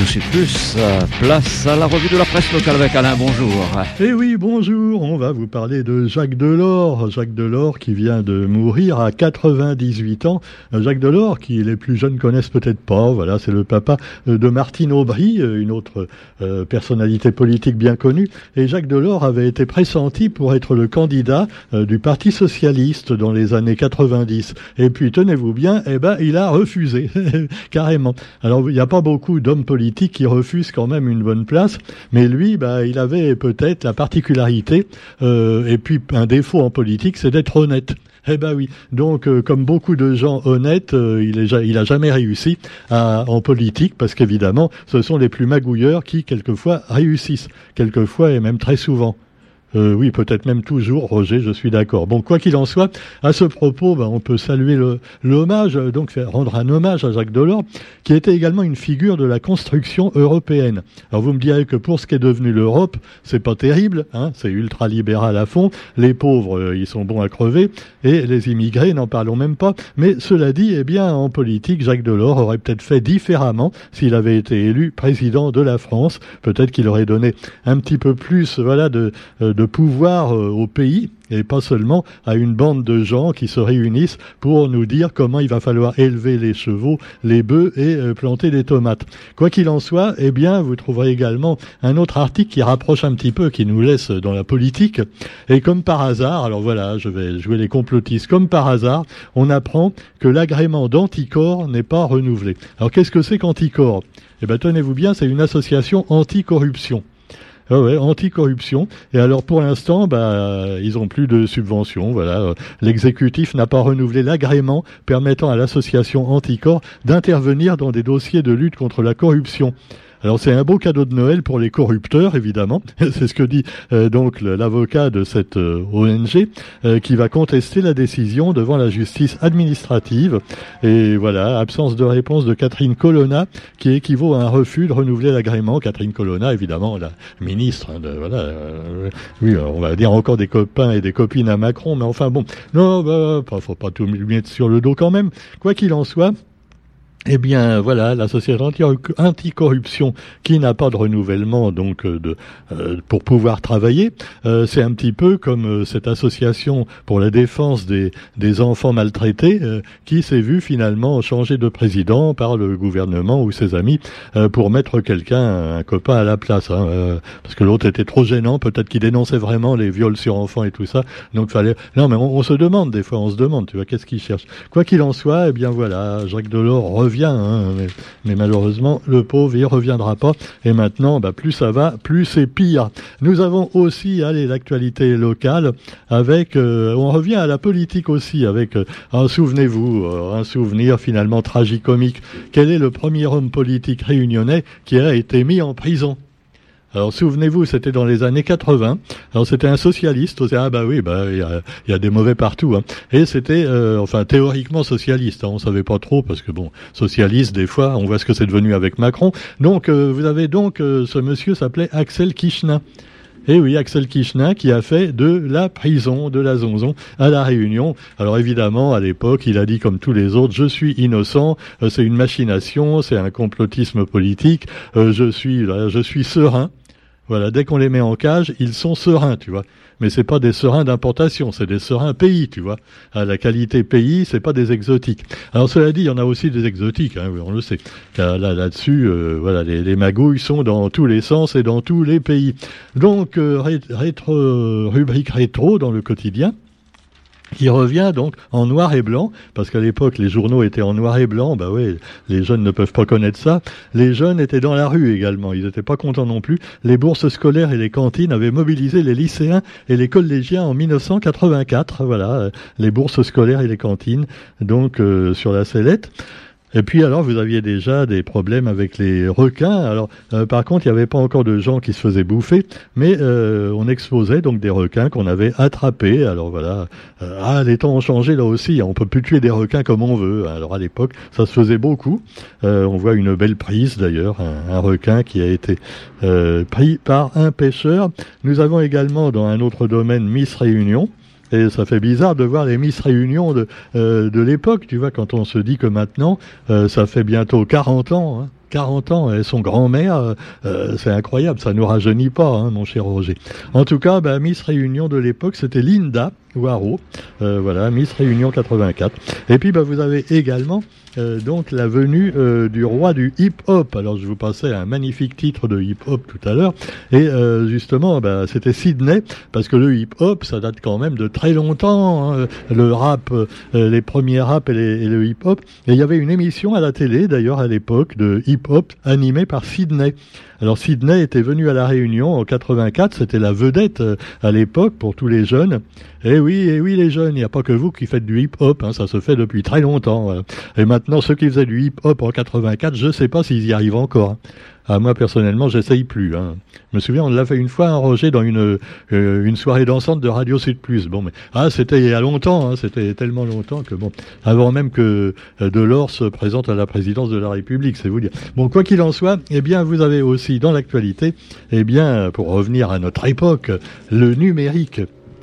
Radio Sud Plus, place à la revue de la presse locale avec Alain, bonjour. Eh oui, bonjour, on va vous parler de Jacques Delors. Jacques Delors qui vient de mourir à 98 ans. Jacques Delors, qui les plus jeunes connaissent peut-être pas, voilà, c'est le papa de Martine Aubry, une autre personnalité politique bien connue. Et Jacques Delors avait été pressenti pour être le candidat du Parti Socialiste dans les années 90. Et puis, tenez-vous bien, il a refusé, carrément. Alors, il n'y a pas beaucoup d'hommes politiques qui refusent quand même une bonne place, mais lui, il avait peut-être la particularité, et puis un défaut en politique, c'est d'être honnête. Eh ben oui. Donc, comme beaucoup de gens honnêtes, il a jamais réussi en politique, parce qu'évidemment, ce sont les plus magouilleurs qui, quelquefois, réussissent. Quelquefois, et même très souvent. Oui, peut-être même toujours, Roger, je suis d'accord. Bon, quoi qu'il en soit, à ce propos, on peut saluer l'hommage, donc rendre un hommage à Jacques Delors, qui était également une figure de la construction européenne. Alors vous me direz que pour ce qui est devenu l'Europe, c'est pas terrible, hein, c'est ultra-libéral à fond, les pauvres, ils sont bons à crever, et les immigrés, n'en parlons même pas. Mais cela dit, eh bien, en politique, Jacques Delors aurait peut-être fait différemment s'il avait été élu président de la France. Peut-être qu'il aurait donné un petit peu plus, voilà, de pouvoir au pays, et pas seulement à une bande de gens qui se réunissent pour nous dire comment il va falloir élever les chevaux, les bœufs et planter des tomates. Quoi qu'il en soit, eh bien, vous trouverez également un autre article qui rapproche un petit peu, qui nous laisse dans la politique. Et comme par hasard, alors voilà, je vais jouer les complotistes, comme par hasard, on apprend que l'agrément d'Anticor n'est pas renouvelé. Alors qu'est-ce que c'est qu'Anticor ? Eh bien, tenez-vous bien, c'est une association anti-corruption. Ah ouais, anti-corruption. Et alors pour l'instant, ils ont plus de subventions. Voilà, l'exécutif n'a pas renouvelé l'agrément permettant à l'association Anticor d'intervenir dans des dossiers de lutte contre la corruption. Alors c'est un beau cadeau de Noël pour les corrupteurs, évidemment. C'est ce que dit donc l'avocat de cette ONG qui va contester la décision devant la justice administrative. Et voilà, absence de réponse de Catherine Colonna qui équivaut à un refus de renouveler l'agrément. Catherine Colonna, évidemment, la ministre, oui, on va dire encore des copains et des copines à Macron, mais enfin bon, non, faut pas tout lui mettre sur le dos quand même. Quoi qu'il en soit, eh bien, voilà, l'association anticorruption qui n'a pas de renouvellement, donc, pour pouvoir travailler, c'est un petit peu comme cette association pour la défense des enfants maltraités, qui s'est vue finalement changer de président par le gouvernement ou ses amis, pour mettre quelqu'un, un copain à la place, hein, parce que l'autre était trop gênant, peut-être qu'il dénonçait vraiment les viols sur enfants et tout ça, donc fallait, non, mais on se demande, des fois, tu vois, qu'est-ce qu'il cherche? Quoi qu'il en soit, eh bien voilà, Jacques Delors revient, mais malheureusement le pauvre il reviendra pas, et maintenant plus ça va, plus c'est pire. Nous avons aussi l'actualité locale avec on revient à la politique aussi avec souvenez-vous, un souvenir finalement tragicomique. Quel est le premier homme politique réunionnais qui a été mis en prison? Alors souvenez-vous, c'était dans les années 80. Alors c'était un socialiste. Il y a des mauvais partout. Hein. Et c'était, théoriquement socialiste. Hein. On savait pas trop parce que socialiste des fois, on voit ce que c'est devenu avec Macron. Donc vous avez donc ce monsieur s'appelait Axel Kichnat. Et oui, Axel Kichnat qui a fait de la prison de la Zonzon à La Réunion. Alors évidemment, à l'époque, il a dit comme tous les autres, je suis innocent, c'est une machination, c'est un complotisme politique, je suis serein. Voilà, dès qu'on les met en cage, ils sont sereins, tu vois. Mais c'est pas des serins d'importation, c'est des serins pays, tu vois. La qualité pays, c'est pas des exotiques. Alors cela dit, il y en a aussi des exotiques, hein, on le sait. Là-dessus, les magouilles sont dans tous les sens et dans tous les pays. Donc, rubrique rétro dans le quotidien. Qui revient donc en noir et blanc, parce qu'à l'époque les journaux étaient en noir et blanc, les jeunes ne peuvent pas connaître ça. Les jeunes étaient dans la rue également, ils n'étaient pas contents non plus. Les bourses scolaires et les cantines avaient mobilisé les lycéens et les collégiens en 1984, voilà, les bourses scolaires et les cantines, donc sur la sellette. Et puis alors, vous aviez déjà des problèmes avec les requins. Alors, par contre, il n'y avait pas encore de gens qui se faisaient bouffer, mais on exposait donc des requins qu'on avait attrapés. Alors voilà, les temps ont changé là aussi. On peut plus tuer des requins comme on veut. Alors à l'époque, ça se faisait beaucoup. On voit une belle prise d'ailleurs, un requin qui a été pris par un pêcheur. Nous avons également dans un autre domaine Miss Réunion. Et ça fait bizarre de voir les Miss Réunion de l'époque, tu vois, quand on se dit que maintenant, ça fait bientôt 40 ans, hein. 40 ans, et son grand-mère, c'est incroyable, ça nous rajeunit pas, hein, mon cher Roger. En tout cas, Miss Réunion de l'époque, c'était Linda Waro, voilà, Miss Réunion 84. Et puis vous avez également donc la venue du roi du hip-hop. Alors je vous passais un magnifique titre de hip-hop tout à l'heure, et justement c'était Sydney, parce que le hip-hop ça date quand même de très longtemps, hein, le rap, les premiers rap et le hip-hop, et il y avait une émission à la télé d'ailleurs à l'époque de hip-hop animée par Sydney. Alors Sydney était venu à La Réunion en 84, c'était la vedette à l'époque pour tous les jeunes. Et oui les jeunes, il n'y a pas que vous qui faites du hip-hop, hein, ça se fait depuis très longtemps. Et maintenant ceux qui faisaient du hip-hop en 84, je ne sais pas s'ils y arrivent encore. Hein. Ah, moi personnellement, j'essaye plus. Hein. Je me souviens, on l'a fait une fois, hein, Roger, dans une soirée dansante de Radio Sud Plus. Bon, mais c'était il y a longtemps. Hein, c'était tellement longtemps que avant même que Delors se présente à la présidence de la République, c'est vous dire. Bon, quoi qu'il en soit, vous avez aussi dans l'actualité, pour revenir à notre époque, le numérique.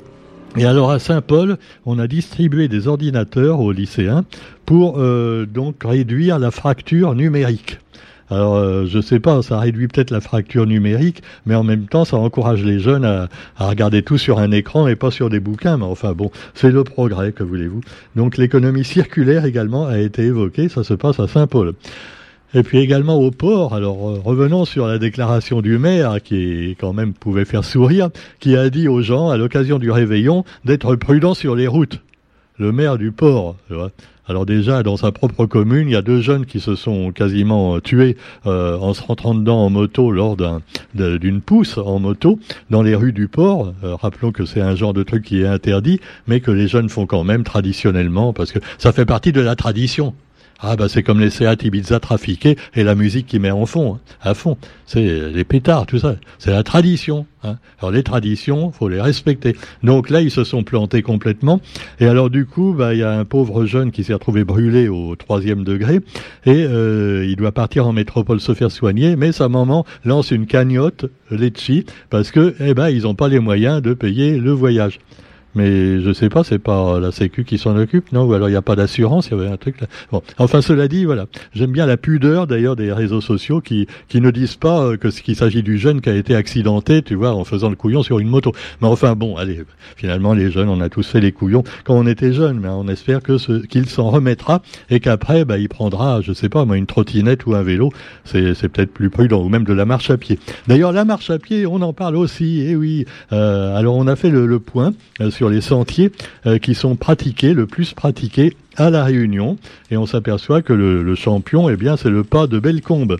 Et alors à Saint-Paul, on a distribué des ordinateurs aux lycéens pour donc réduire la fracture numérique. Alors, je sais pas, ça réduit peut-être la fracture numérique, mais en même temps, ça encourage les jeunes à regarder tout sur un écran et pas sur des bouquins. Mais enfin bon, c'est le progrès, que voulez-vous. Donc l'économie circulaire également a été évoquée, ça se passe à Saint-Paul. Et puis également au port, alors revenons sur la déclaration du maire, qui quand même pouvait faire sourire, qui a dit aux gens, à l'occasion du réveillon, d'être prudents sur les routes. Le maire du port, tu vois. Alors déjà, dans sa propre commune, il y a 2 jeunes qui se sont quasiment tués en se rentrant dedans en moto lors d'une pousse en moto dans les rues du port. Rappelons que c'est un genre de truc qui est interdit, mais que les jeunes font quand même traditionnellement, parce que ça fait partie de la tradition. Ah c'est comme les Seat Ibiza trafiqués et la musique qui met en fond, hein, à fond. C'est les pétards, tout ça. C'est la tradition. Hein. Alors les traditions, faut les respecter. Donc là, ils se sont plantés complètement. Et alors du coup, il y a un pauvre jeune qui s'est retrouvé brûlé au 3e degré et il doit partir en métropole se faire soigner. Mais sa maman lance une cagnotte Litchi parce que ils n'ont pas les moyens de payer le voyage. Mais je sais pas, c'est pas la Sécu qui s'en occupe, non? Ou alors il n'y a pas d'assurance, il y avait un truc là. Bon, enfin cela dit, voilà. J'aime bien la pudeur d'ailleurs des réseaux sociaux qui ne disent pas qu'il s'agit du jeune qui a été accidenté, tu vois, en faisant le couillon sur une moto. Mais enfin bon, allez, finalement les jeunes, on a tous fait les couillons quand on était jeunes, mais on espère qu'il s'en remettra et qu'après, il prendra, je sais pas, une trottinette ou un vélo. C'est peut-être plus prudent, ou même de la marche à pied. D'ailleurs, la marche à pied, on en parle aussi, et oui. Alors on a fait le point sur les sentiers qui sont pratiqués, le plus pratiqués à La Réunion, et on s'aperçoit que le champion, c'est le pas de Bellecombe.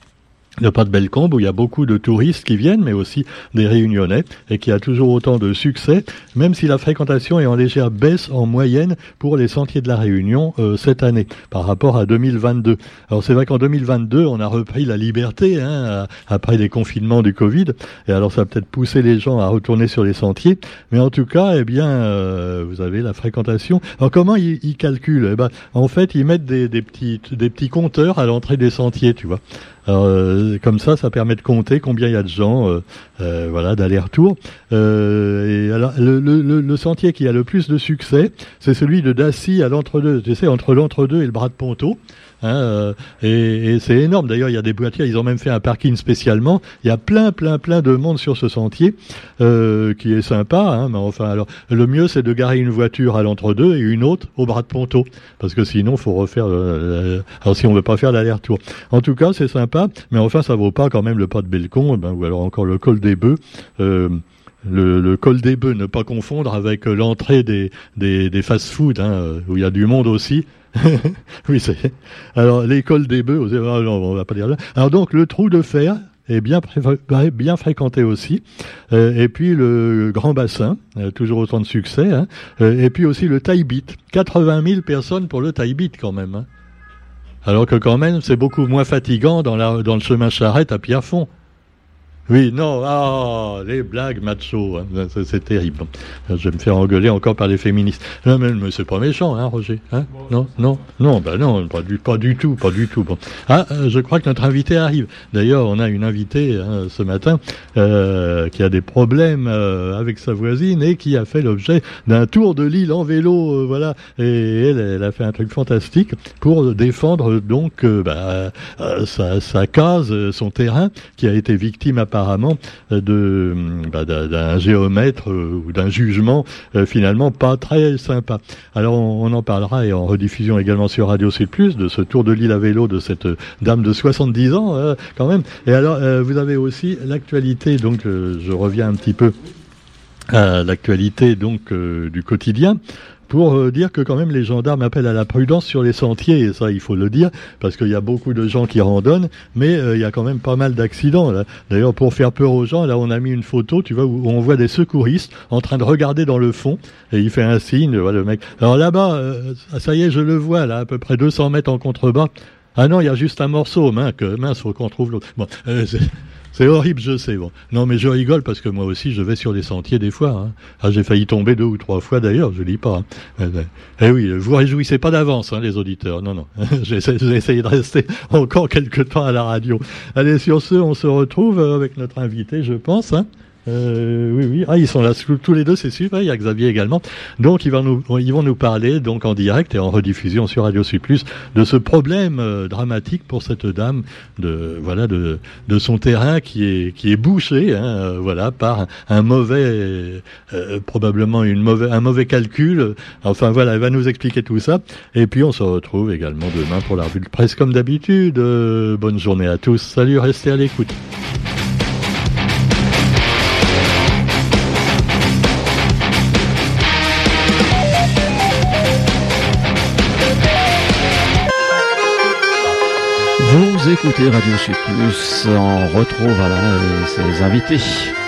Le pas de Bellecombe, où il y a beaucoup de touristes qui viennent, mais aussi des Réunionnais, et qui a toujours autant de succès, même si la fréquentation est en légère baisse en moyenne pour les sentiers de la Réunion cette année, par rapport à 2022. Alors c'est vrai qu'en 2022, on a repris la liberté, après les confinements du Covid, et alors ça a peut-être poussé les gens à retourner sur les sentiers, mais en tout cas, vous avez la fréquentation. Alors comment ils calculent? En fait, ils mettent des petits compteurs à l'entrée des sentiers, tu vois. Alors, comme ça permet de compter combien il y a de gens, d'aller-retour. Et alors, le sentier qui a le plus de succès, c'est celui de Dacy à l'entre-deux. Tu sais, entre l'entre-deux et le bras de Ponto. Et c'est énorme. D'ailleurs, il y a des boîtiers, ils ont même fait un parking spécialement. Il y a plein de monde sur ce sentier, qui est sympa, mais enfin, alors, le mieux, c'est de garer une voiture à l'entre-deux et une autre au bras de Ponto. Parce que sinon, faut refaire, alors si on veut pas faire l'aller-retour. En tout cas, c'est sympa, mais enfin, ça vaut pas quand même le pas de Bellecombe, ou alors encore le col des Bœufs. Le col des Bœufs, ne pas confondre avec l'entrée des fast-food, où il y a du monde aussi. Oui, c'est. Alors, les cols des Bœufs, on va pas dire là. Alors donc, le trou de fer est bien fréquenté aussi. Et puis le Grand Bassin, toujours autant de succès. Et puis aussi le Taille-Bite. 80 000 personnes pour le Taille-Bite quand même. Alors que quand même, c'est beaucoup moins fatigant dans le chemin charrette à Pierrefonds. Oui, non, les blagues macho, hein, c'est terrible. Je vais me faire engueuler encore par les féministes. Non, mais c'est pas méchant, hein, Roger, hein? Non, pas du tout. Bon. Je crois que notre invité arrive. D'ailleurs, on a une invitée ce matin qui a des problèmes avec sa voisine et qui a fait l'objet d'un tour de l'île en vélo, voilà. Et elle a fait un truc fantastique pour défendre donc sa case, son terrain, qui a été victime apparemment d'un géomètre ou d'un jugement finalement pas très sympa. Alors on en parlera et en rediffusion également sur Radio Sud Plus de ce tour de l'île à vélo de cette dame de 70 ans quand même. Et alors vous avez aussi l'actualité, donc je reviens un petit peu à l'actualité donc du quotidien, pour dire que quand même les gendarmes appellent à la prudence sur les sentiers, et ça il faut le dire, parce qu'il y a beaucoup de gens qui randonnent, mais il y a quand même pas mal d'accidents là. D'ailleurs, pour faire peur aux gens, là on a mis une photo, tu vois, où on voit des secouristes en train de regarder dans le fond, et il fait un signe, voilà le mec. Alors là-bas, ça y est, je le vois, là, à peu près 200 mètres en contrebas. Ah non, il y a juste un morceau, mince, faut qu'on trouve l'autre. Bon, c'est horrible, je sais. Bon. Non, mais je rigole parce que moi aussi, je vais sur les sentiers des fois. J'ai failli tomber 2 ou 3 fois d'ailleurs, je dis pas. Eh oui, vous réjouissez pas d'avance, les auditeurs. Non. J'ai essayé de rester encore quelque temps à la radio. Allez, sur ce, on se retrouve avec notre invité, je pense. Oui. Ils sont là tous les deux, c'est super. Il y a Xavier également. Donc, ils vont nous parler donc en direct et en rediffusion sur Radio Sud Plus de ce problème dramatique pour cette dame de son terrain qui est bouché, par un mauvais, probablement un mauvais calcul. Enfin voilà, elle va nous expliquer tout ça. Et puis on se retrouve également demain pour la revue de presse comme d'habitude. Bonne journée à tous. Salut, restez à l'écoute. Vous écoutez Radio Sud Plus, on retrouve ses invités.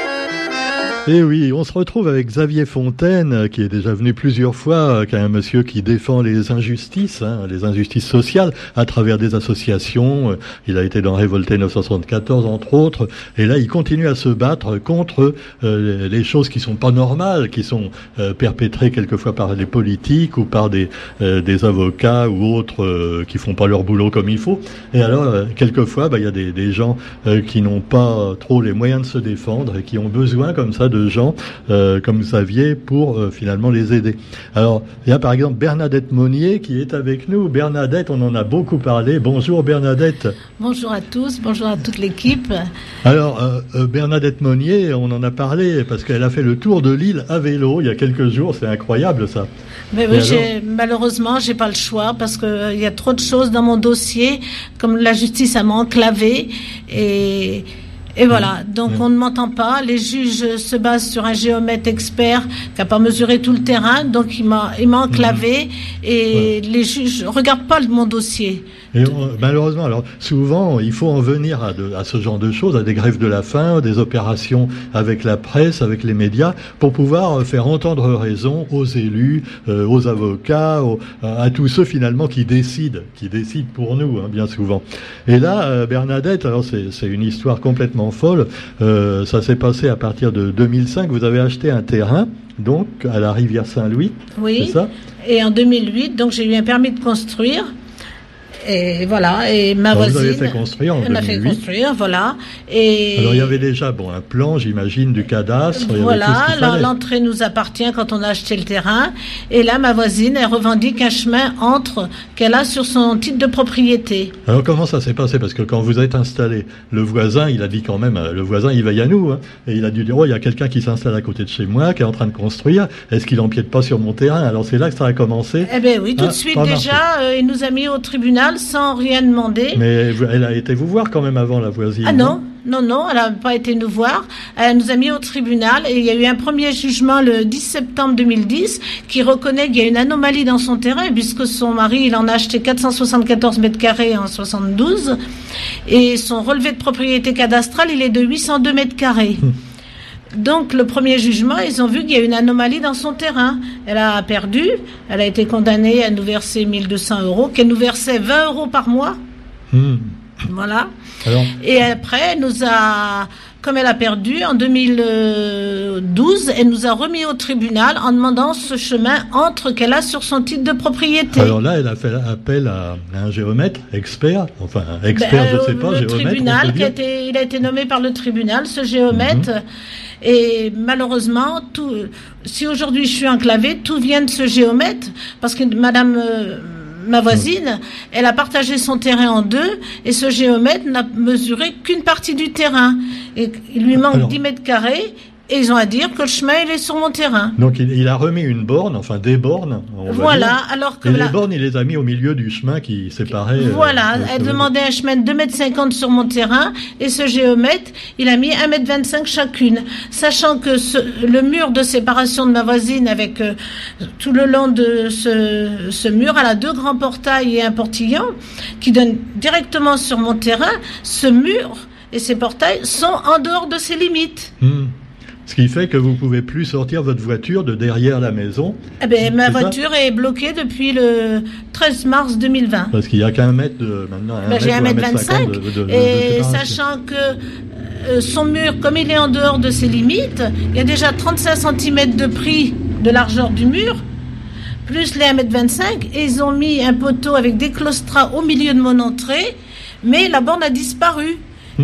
Et oui, on se retrouve avec Xavier Fontaine, qui est déjà venu plusieurs fois, qui est un monsieur qui défend les injustices sociales à travers des associations. Il a été dans Révolté 974, entre autres. Et là, il continue à se battre contre les choses qui sont pas normales, qui sont perpétrées quelquefois par les politiques ou par des avocats ou autres qui font pas leur boulot comme il faut. Et alors, quelquefois, il y a des gens qui n'ont pas trop les moyens de se défendre et qui ont besoin comme ça de gens comme Xavier pour finalement les aider. Alors, il y a par exemple Bernadette Monnier qui est avec nous. Bernadette, on en a beaucoup parlé. Bonjour Bernadette. Bonjour à tous, bonjour à toute l'équipe. Alors, Bernadette Monnier, on en a parlé parce qu'elle a fait le tour de l'île à vélo il y a quelques jours. C'est incroyable ça. Mais oui, malheureusement, j'ai pas le choix parce que il y a trop de choses dans mon dossier, comme la justice m'a enclavé et voilà, donc on ne m'entend pas. Les juges se basent sur un géomètre expert qui n'a pas mesuré tout le terrain, donc il m'a enclavé et les juges regardent pas mon dossier. Et malheureusement, alors souvent, il faut en venir à ce genre de choses, à des grèves de la faim, des opérations avec la presse, avec les médias, pour pouvoir faire entendre raison aux élus, aux avocats, à tous ceux finalement qui décident pour nous, bien souvent. Et là, Bernadette, alors c'est une histoire complètement folle. Ça s'est passé à partir de 2005. Vous avez acheté un terrain, donc à la rivière Saint-Louis. Oui. C'est ça ? Et en 2008, donc j'ai eu un permis de construire. Et voilà, et ma voisine... Vous avez fait construire en 2008. On a fait construire, voilà. Et alors il y avait déjà un plan, j'imagine, du cadastre. Voilà, l'entrée nous appartient quand on a acheté le terrain. Et là, ma voisine, elle revendique un chemin qu'elle a sur son titre de propriété. Alors comment ça s'est passé ? Parce que quand vous êtes installé, le voisin, il a dit quand même, il veille à nous, et il a dû dire, il y a quelqu'un qui s'installe à côté de chez moi, qui est en train de construire, est-ce qu'il empiète pas sur mon terrain ? Alors c'est là que ça a commencé. Eh bien oui, tout de suite déjà, il nous a mis au tribunal sans rien demander. Mais elle a été vous voir quand même avant, la voisine. Ah non, elle n'a pas été nous voir. Elle nous a mis au tribunal et il y a eu un premier jugement le 10 septembre 2010 qui reconnaît qu'il y a une anomalie dans son terrain puisque son mari, il en a acheté 474 mètres carrés en 72 et son relevé de propriété cadastrale, il est de 802 mètres carrés. Donc, le premier jugement, ils ont vu qu'il y a une anomalie dans son terrain. Elle a perdu. Elle a été condamnée à nous verser 1 200 €, qu'elle nous versait 20 € par mois. Voilà. Alors... Et après, elle nous a comme elle a perdu en 2012, elle nous a remis au tribunal en demandant ce chemin entre qu'elle a sur son titre de propriété. Alors là, elle a fait appel à un géomètre expert, enfin expert, je ne sais pas, le géomètre. Tribunal, il a été nommé par le tribunal, ce géomètre. Et malheureusement, si aujourd'hui je suis enclavée, tout vient de ce géomètre, parce que ma voisine, elle a partagé son terrain en deux, et ce géomètre n'a mesuré qu'une partie du terrain. Et il lui manque 10 mètres carrés, et ils ont à dire que le chemin, il est sur mon terrain. Donc il a remis une borne, enfin des bornes. Voilà, alors que... Et les bornes, il les a mis au milieu du chemin qui séparait... Voilà, elle demandait un chemin de 2,50 m sur mon terrain, et ce géomètre, il a mis 1,25 m chacune. Sachant que le mur de séparation de ma voisine, avec tout le long de ce mur, elle a 2 grands portails et un portillon qui donnent directement sur mon terrain. Ce mur et ces portails sont en dehors de ses limites. Ce qui fait que vous ne pouvez plus sortir votre voiture de derrière la maison. Eh bien, ma voiture est bloquée depuis le 13 mars 2020. Parce qu'il n'y a qu'un mètre maintenant. J'ai 1,25 m. Et sachant que son mur, comme il est en dehors de ses limites, il y a déjà 35 cm de prix de largeur du mur, plus les 1,25 m. Et ils ont mis un poteau avec des claustras au milieu de mon entrée, mais la borne a disparu.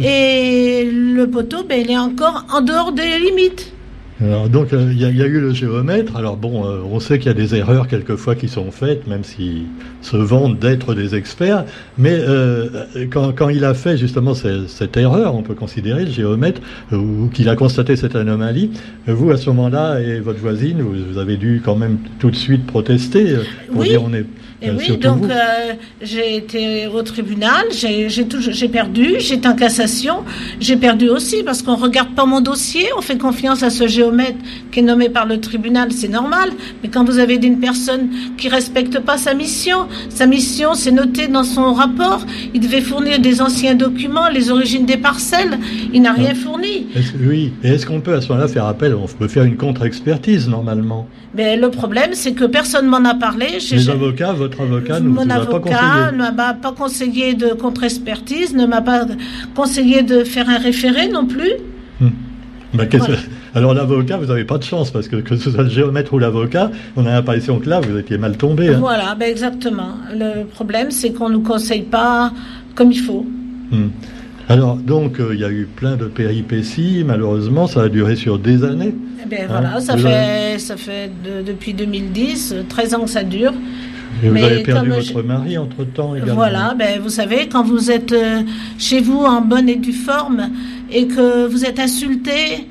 Et le poteau, il est encore en dehors des limites. Alors, donc, il y a eu le géomètre. Alors bon, on sait qu'il y a des erreurs quelquefois qui sont faites, même s'ils se vantent d'être des experts. Mais quand il a fait justement cette erreur, on peut considérer, le géomètre, ou qu'il a constaté cette anomalie, vous, à ce moment-là, et votre voisine, vous avez dû quand même tout de suite protester pour dire on est... Et oui, donc j'ai été au tribunal, j'ai perdu, j'étais en cassation, j'ai perdu aussi parce qu'on regarde pas mon dossier, on fait confiance à ce géomètre qui est nommé par le tribunal, c'est normal. Mais quand vous avez une personne qui respecte pas sa mission c'est noté dans son rapport, il devait fournir des anciens documents, les origines des parcelles, il n'a rien fourni. Oui, et est-ce qu'on peut à ce moment-là faire appel, on peut faire une contre-expertise normalement? Mais le problème, c'est que personne m'en a parlé. Les avocats, votre avocat ne vous a pas conseillé? Mon avocat ne m'a pas conseillé de contre-expertise, ne m'a pas conseillé de faire un référé non plus. Alors l'avocat, vous n'avez pas de chance, parce que ce soit le géomètre ou l'avocat, on a l'impression que là, vous étiez mal tombé. Voilà, exactement. Le problème, c'est qu'on ne nous conseille pas comme il faut. Alors, donc, il y a eu plein de péripéties. Malheureusement, ça a duré sur des années. Voilà, ça fait depuis 2010, 13 ans que ça dure. Et vous avez perdu votre mari entre-temps également. Voilà, vous savez, quand vous êtes chez vous en bonne et due forme et que vous êtes insulté,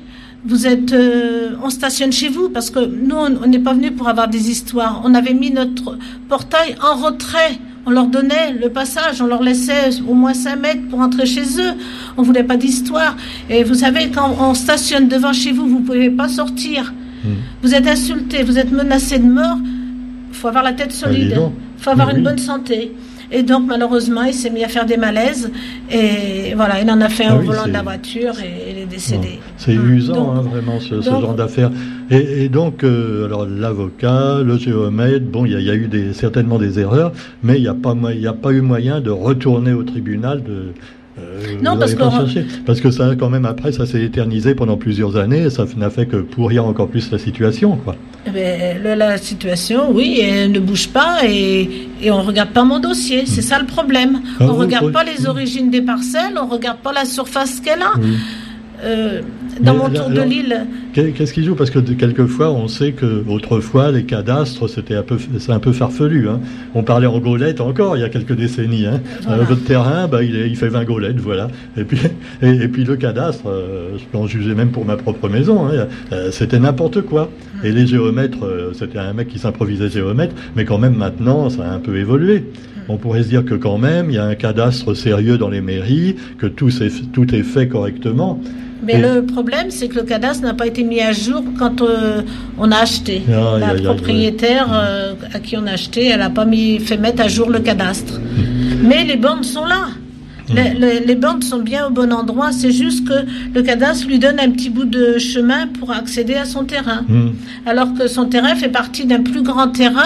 on stationne chez vous parce que nous, on n'est pas venus pour avoir des histoires. On avait mis notre portail en retrait. On leur donnait le passage, on leur laissait au moins 5 mètres pour entrer chez eux. On voulait pas d'histoire. Et vous savez, quand on stationne devant chez vous, vous pouvez pas sortir. Vous êtes insulté, vous êtes menacé de mort. Il faut avoir la tête solide. Il faut avoir une bonne santé. Et donc, malheureusement, il s'est mis à faire des malaises. Et voilà, il en a fait un au volant de la voiture et il est décédé. C'est usant, vraiment, ce genre d'affaires. Et donc, alors, l'avocat, le géomètre, il y a eu certainement des erreurs, mais il n'y a pas eu moyen de retourner au tribunal non, parce que ça, quand même, après, ça s'est éternisé pendant plusieurs années et ça n'a fait que pourrir encore plus la situation, quoi. La situation, oui, elle ne bouge pas et on ne regarde pas mon dossier. C'est ça le problème. On ne regarde pas les origines des parcelles, on ne regarde pas la surface qu'elle a. Dans mon tour de l'île. Qu'est-ce qui joue? Parce que quelquefois, on sait qu'autrefois, les cadastres, c'est un peu farfelu. On parlait en gaulettes encore il y a quelques décennies. Voilà. Votre terrain, il fait 20 gaulettes, voilà. Et puis le cadastre, je peux en juger même pour ma propre maison, c'était n'importe quoi. Et les géomètres, c'était un mec qui s'improvisait géomètre, mais quand même maintenant, ça a un peu évolué. On pourrait se dire que quand même, il y a un cadastre sérieux dans les mairies, que tout est fait correctement. Mais le problème, c'est que le cadastre n'a pas été mis à jour quand on a acheté. La propriétaire à qui on a acheté, elle n'a pas fait mettre à jour le cadastre. Mais les bornes sont là. Les bornes sont bien au bon endroit. C'est juste que le cadastre lui donne un petit bout de chemin pour accéder à son terrain. Alors que son terrain fait partie d'un plus grand terrain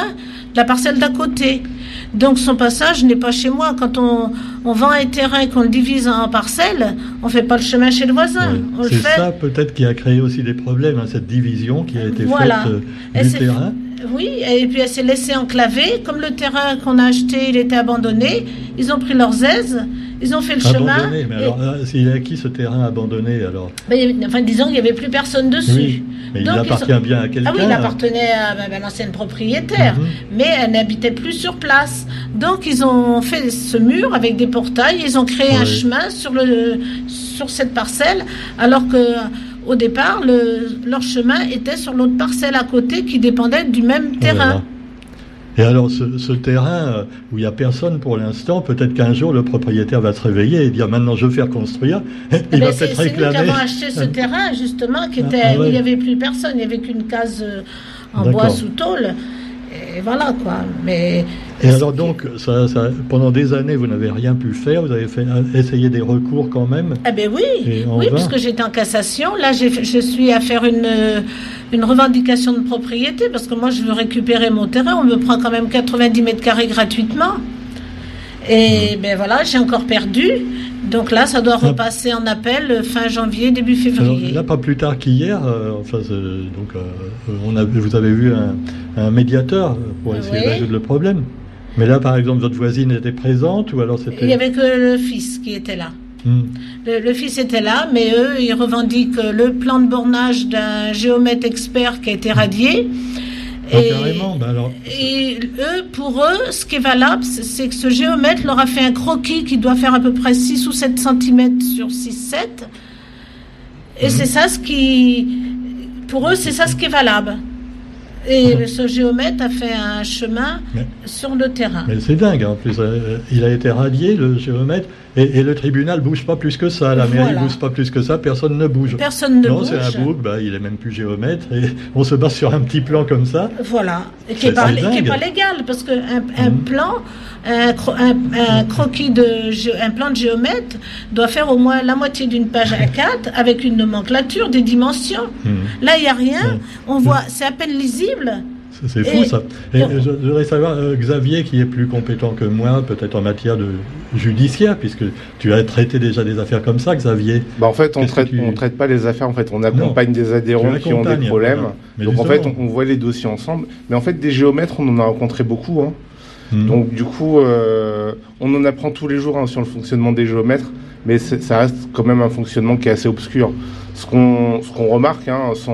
la parcelle d'à côté. Donc son passage n'est pas chez moi. Quand on vend un terrain et qu'on le divise en parcelles, on fait pas le chemin chez le voisin. Ouais. C'est ça peut-être qui a créé aussi des problèmes, hein, cette division qui a été faite du terrain. Oui, et puis elle s'est laissée enclaver. Comme le terrain qu'on a acheté, il était abandonné, ils ont pris leurs aises, ils ont fait le chemin. Mais alors, s'il est à qui ce terrain abandonné alors? Enfin, disons qu'il n'y avait plus personne dessus. Oui, mais donc, il appartient bien à quelqu'un. Ah oui, il appartenait à l'ancienne propriétaire, mais elle n'habitait plus sur place. Donc ils ont fait ce mur avec des portails, ils ont créé un chemin sur cette parcelle, alors que au départ, leur chemin était sur l'autre parcelle à côté qui dépendait du même terrain. Et alors, ce terrain où il n'y a personne pour l'instant, peut-être qu'un jour, le propriétaire va se réveiller et dire maintenant je veux faire construire. Il va peut-être réclamer. C'est nous qui avons acheté ce terrain, justement, où il n'y avait plus personne. Il n'y avait qu'une case en bois sous tôle. Et voilà, quoi. Et alors donc, pendant des années, vous n'avez rien pu faire. Vous avez essayé des recours quand même. Eh bien oui, puisque j'étais en cassation. Là, je suis à faire une revendication de propriété, parce que moi, je veux récupérer mon terrain. On me prend quand même 90 mètres carrés gratuitement. Et ben voilà, j'ai encore perdu. Donc là, ça doit repasser en appel fin janvier, début février. Alors, là, pas plus tard qu'hier, vous avez vu un médiateur pour essayer de résoudre le problème. Mais là, par exemple, votre voisine était présente ou alors c'était... Il n'y avait que le fils qui était là. Le fils était là, mais eux, ils revendiquent le plan de bornage d'un géomètre expert qui a été radié. Carrément. Et pour eux, ce qui est valable, c'est que ce géomètre leur a fait un croquis qui doit faire à peu près 6 ou 7 cm sur 6-7. Et c'est ça pour eux, c'est ça ce qui est valable. Et ce géomètre a fait un chemin sur le terrain. Mais c'est dingue, en plus. Il a été radié, le géomètre, et le tribunal ne bouge pas plus que ça. La mairie ne bouge pas plus que ça, personne ne bouge. Personne ne bouge. Non, c'est un bouc, il n'est même plus géomètre, et on se base sur un petit plan comme ça. Voilà, et qui n'est pas légal, parce qu'un plan, un croquis un plan de géomètre doit faire au moins la moitié d'une page A4 avec une nomenclature, des dimensions. Là, il n'y a rien. On voit, c'est à peine lisible. C'est fou ça. Et je voudrais savoir, Xavier, qui est plus compétent que moi, peut-être en matière de judiciaire, puisque tu as traité déjà des affaires comme ça, Xavier. En fait, on traite pas les affaires, en fait, on accompagne des adhérents qui ont des problèmes. Donc en fait, on voit les dossiers ensemble. Mais en fait, des géomètres, on en a rencontré beaucoup. Donc du coup, on en apprend tous les jours sur le fonctionnement des géomètres, mais ça reste quand même un fonctionnement qui est assez obscur. Ce qu'on remarque,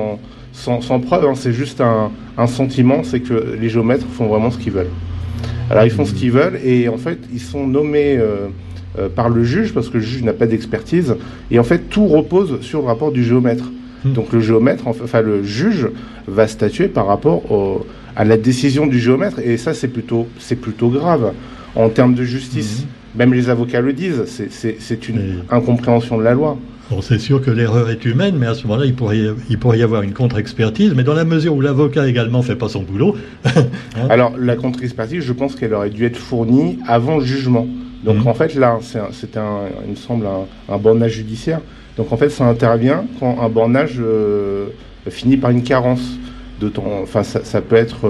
sans preuve, c'est juste un sentiment, c'est que les géomètres font vraiment ce qu'ils veulent. Alors ils font ce qu'ils veulent et en fait ils sont nommés par le juge parce que le juge n'a pas d'expertise et en fait tout repose sur le rapport du géomètre. Donc le juge va statuer par rapport à la décision du géomètre et ça c'est plutôt grave en termes de justice. Même les avocats le disent, c'est une incompréhension de la loi. Bon, c'est sûr que l'erreur est humaine, mais à ce moment-là, il pourrait y avoir une contre-expertise, mais dans la mesure où l'avocat également ne fait pas son boulot... Alors, la contre-expertise, je pense qu'elle aurait dû être fournie avant le jugement. Donc, en fait, là, c'était il me semble, un bornage judiciaire. Donc, en fait, ça intervient quand un bornage finit par une carence de temps. Enfin, ça peut être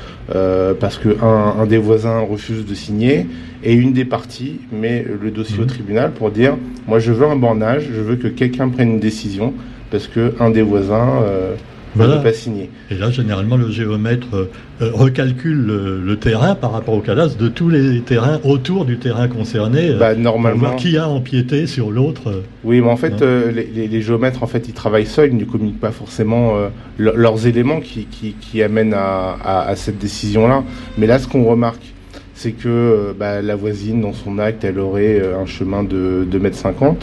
parce qu'un des voisins refuse de signer et une des parties met le dossier au tribunal pour dire moi je veux un bornage, je veux que quelqu'un prenne une décision parce qu'un des voisins ne veut pas signer. Et là généralement le géomètre recalcule le terrain par rapport au cadastre de tous les terrains autour du terrain concerné normalement, pour voir qui a empiété sur l'autre. Oui, mais en fait les géomètres en fait ils travaillent seuls, ils ne communiquent pas forcément leurs éléments qui amènent à cette décision là. Mais là ce qu'on remarque c'est que la voisine, dans son acte, elle aurait un chemin de 2,50 m.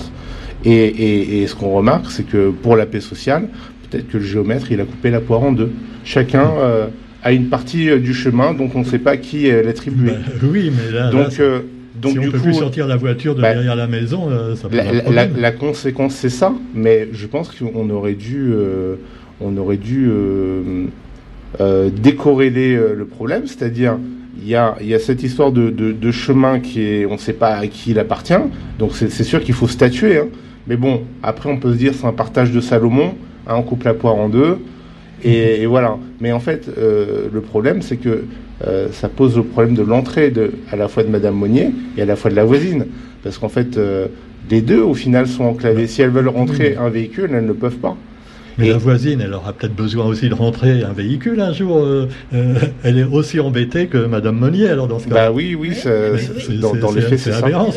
Et ce qu'on remarque, c'est que pour la paix sociale, peut-être que le géomètre, il a coupé la poire en deux. Chacun a une partie du chemin dont on ne sait pas qui l'attribuer. Oui, mais là... Donc si on ne peut plus sortir la voiture de derrière la maison, ça peut être un problème. La conséquence, c'est ça. Mais je pense qu'on aurait dû... décorréler le problème, c'est-à-dire... Il y a cette histoire de chemin on ne sait pas à qui il appartient, donc c'est sûr qu'il faut statuer. Mais bon, après on peut se dire c'est un partage de Salomon, on coupe la poire en deux, Et voilà. Mais en fait, le problème, c'est que ça pose le problème de l'entrée à la fois de Madame Monnier et à la fois de la voisine. Parce qu'en fait, les deux, au final, sont enclavés. Si elles veulent rentrer un véhicule, elles ne peuvent pas. Mais la voisine, elle aura peut-être besoin aussi de rentrer un véhicule un jour. Elle est aussi embêtée que Madame Monnier, alors dans ce cas. Bah oui, dans les faits, c'est aberrant.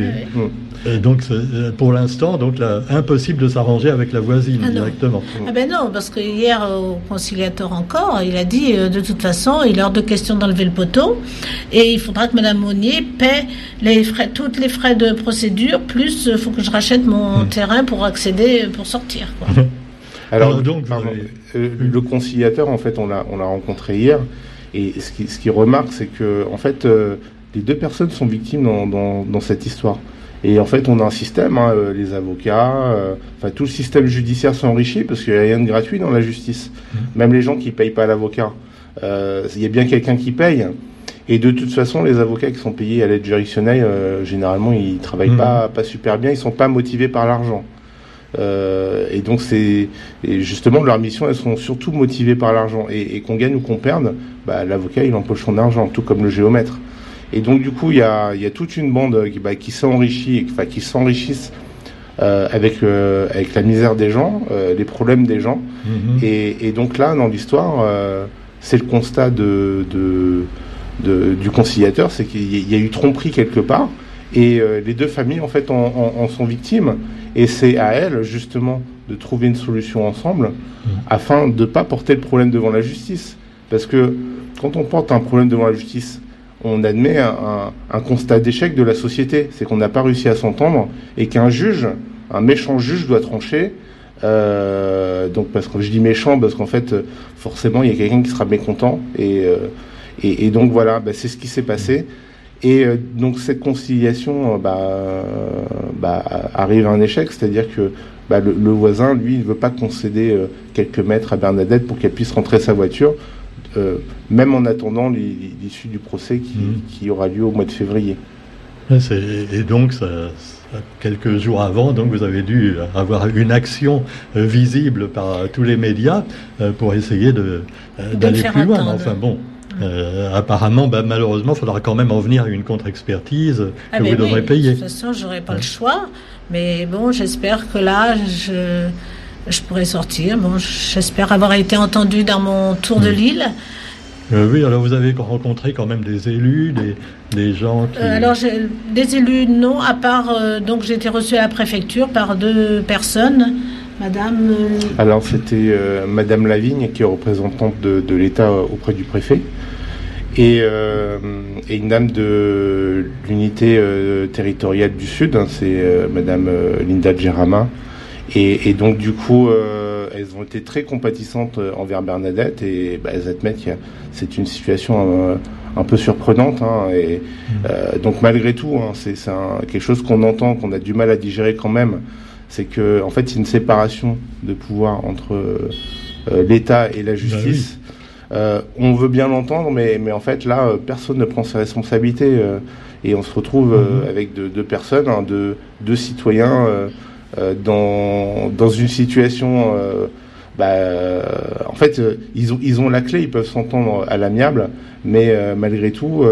Donc, pour l'instant, impossible de s'arranger avec la voisine directement. Ah ben non, parce que hier, au conciliateur encore, il a dit, de toute façon, il est hors de question d'enlever le poteau, et il faudra que Madame Monnier paie tous les frais de procédure, plus il faut que je rachète mon terrain pour accéder, pour sortir, quoi. Alors donc, le conciliateur, en fait, on l'a rencontré hier, et ce qu'il remarque, c'est que, en fait, les deux personnes sont victimes dans cette histoire. Et en fait, on a un système, les avocats, tout le système judiciaire s'enrichit parce qu'il n'y a rien de gratuit dans la justice. Même les gens qui ne payent pas l'avocat, il y a bien quelqu'un qui paye. Et de toute façon, les avocats qui sont payés à l'aide juridictionnelle, généralement, ils ne travaillent pas super bien, ils ne sont pas motivés par l'argent. Et donc justement leur mission, elles sont surtout motivées par l'argent, et qu'on gagne ou qu'on perde, l'avocat il empoche son argent, tout comme le géomètre. Et donc du coup il y a toute une bande qui s'enrichit, qui s'enrichissent avec la misère des gens, les problèmes des gens. Et donc là dans l'histoire, c'est le constat du conciliateur, c'est qu'il y a eu tromperie quelque part, et les deux familles en fait en sont victimes. Et c'est à elles, justement, de trouver une solution ensemble afin de ne pas porter le problème devant la justice. Parce que quand on porte un problème devant la justice, on admet un constat d'échec de la société. C'est qu'on n'a pas réussi à s'entendre et qu'un juge, un méchant juge, doit trancher. Donc, parce que je dis méchant, parce qu'en fait, forcément, il y a quelqu'un qui sera mécontent. Et donc, voilà, c'est ce qui s'est passé. Et donc cette conciliation arrive à un échec, c'est-à-dire que le voisin, lui, ne veut pas concéder quelques mètres à Bernadette pour qu'elle puisse rentrer sa voiture, même en attendant l'issue du procès qui aura lieu au mois de février. Et donc, quelques jours avant, donc vous avez dû avoir une action visible par tous les médias pour essayer d'aller plus loin. Enfin bon. Apparemment, malheureusement, il faudra quand même en venir à une contre-expertise que vous devrez payer. De toute façon, je n'aurai pas le choix. Mais bon, j'espère que là, je pourrai sortir. Bon, j'espère avoir été entendue dans mon tour de l'île. Oui, alors vous avez rencontré quand même des élus, des gens qui... Alors, des élus, non, à part... donc, j'ai été reçue à la préfecture par 2 personnes. Madame... Alors, c'était Madame Lavigne, qui est représentante de l'État auprès du préfet, et une dame de l'unité territoriale du Sud, c'est Madame Linda Djerama. Et donc, du coup, elles ont été très compatissantes envers Bernadette, et elles admettent que c'est une situation un peu surprenante. Donc, malgré tout, c'est quelque chose qu'on entend, qu'on a du mal à digérer quand même. C'est que, en fait, c'est une séparation de pouvoir entre l'État et la justice. On veut bien l'entendre, mais en fait, là, personne ne prend ses responsabilités. Et on se retrouve avec deux personnes, deux citoyens, dans une situation... en fait, ils ont la clé, ils peuvent s'entendre à l'amiable, mais malgré tout...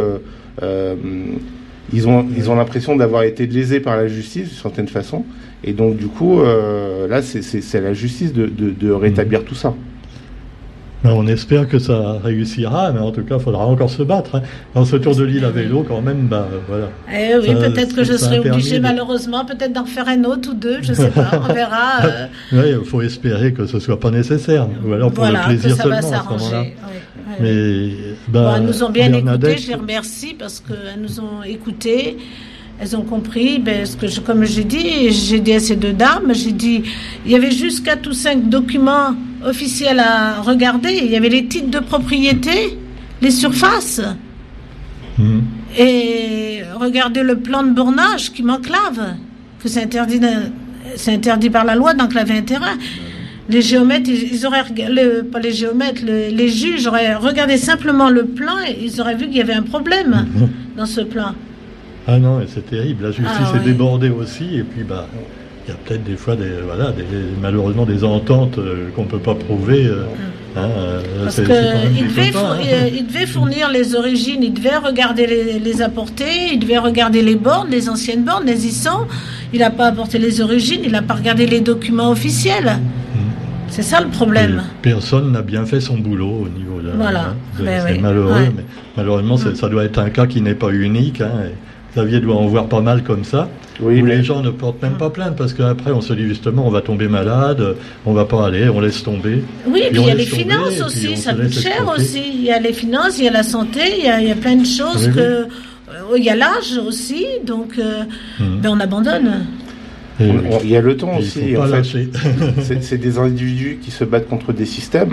Ils ont l'impression d'avoir été lésés par la justice d'une certaine façon, et donc du coup là c'est à la justice de rétablir tout ça. On espère que ça réussira, mais en tout cas il faudra encore se battre. Dans ce tour de l'île à vélo quand même, voilà. Oui, peut-être que je serai obligée malheureusement peut-être d'en faire un autre ou 2, je sais pas, on verra. Oui, il faut espérer que ce soit pas nécessaire, ou alors pour le plaisir seulement à ce moment-là. Mais elles nous ont bien écoutés, je les remercie parce qu'elles nous ont écoutés, elles ont compris. Comme j'ai dit à ces 2 dames, j'ai dit, il y avait juste 4 ou 5 documents officiels à regarder. Il y avait les titres de propriété, les surfaces, et regardez le plan de bornage qui m'enclave, que c'est interdit par la loi d'enclaver un terrain. Les géomètres, ils auraient pas les géomètres, les juges auraient regardé simplement le plan et ils auraient vu qu'il y avait un problème dans ce plan. Ah non, c'est terrible. La justice est débordée aussi, et puis il y a peut-être des fois malheureusement des ententes qu'on ne peut pas prouver. Parce qu'il devait fournir les origines, il devait regarder les apporter, il devait regarder les bornes, les anciennes bornes, les ISAN. Il n'a pas apporté les origines, il n'a pas regardé les documents officiels. C'est ça le problème. Et personne n'a bien fait son boulot au niveau de... Voilà. C'est malheureux, mais malheureusement, ça doit être un cas qui n'est pas unique. Xavier doit en voir pas mal comme ça, où les gens ne portent même pas plainte, parce qu'après, on se dit justement, on va tomber malade, on va pas aller, on laisse tomber. Oui, et puis il y a les finances aussi, ça coûte cher aussi. Il y a les finances, il y a la santé, il y a plein de choses que... Il y a l'âge aussi, donc on abandonne. Il y a le temps aussi. En fait, c'est des individus qui se battent contre des systèmes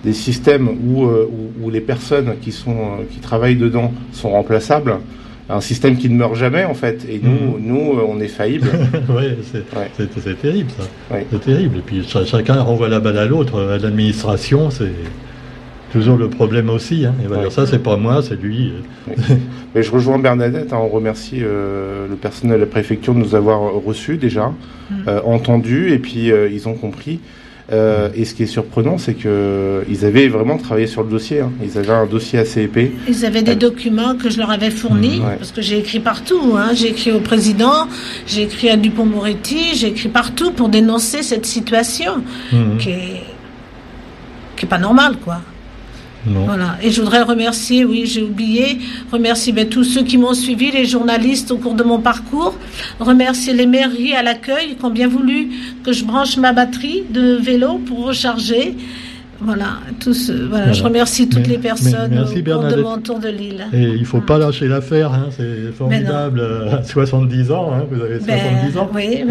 où les personnes qui travaillent dedans sont remplaçables. Un système qui ne meurt jamais, en fait. Et nous, on est faillibles. C'est terrible, ça. Ouais. C'est terrible. Et puis, chacun renvoie la balle à l'autre. À l'administration, c'est toujours le problème aussi. Et voilà, ça, c'est pas moi, c'est lui. Mais je rejoins Bernadette. On remercie le personnel de la préfecture de nous avoir reçus, déjà, entendus, et puis ils ont compris. Et ce qui est surprenant, c'est qu'ils avaient vraiment travaillé sur le dossier. Ils avaient un dossier assez épais. Ils avaient des documents que je leur avais fournis, parce que j'ai écrit partout. J'ai écrit au président, j'ai écrit à Dupond-Moretti, j'ai écrit partout pour dénoncer cette situation qui est pas normale, quoi. Non. Voilà. Et je voudrais remercier, tous ceux qui m'ont suivi, les journalistes au cours de mon parcours, remercier les mairies à l'accueil qui ont bien voulu que je branche ma batterie de vélo pour recharger. Voilà, je remercie toutes les personnes au cours de mon tour de l'île. Et il ne faut pas lâcher l'affaire, c'est formidable. À 70 ans, vous avez 70 ans. Oui,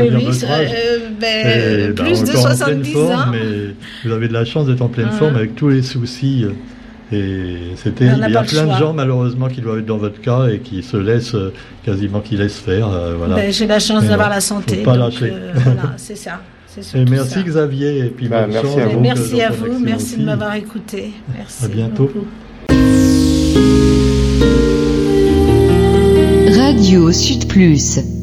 plus de 70 ans. Mais vous avez de la chance d'être en pleine forme avec tous les soucis. Et il y a plein de gens malheureusement qui doivent être dans votre cas et qui se laissent faire. Voilà. J'ai la chance d'avoir la santé. Faut pas lâcher. Voilà, c'est ça. Et merci Xavier, et puis merci à vous. Merci à vous, merci de m'avoir écouté. Merci. À bientôt. Beaucoup. Radio Sud Plus.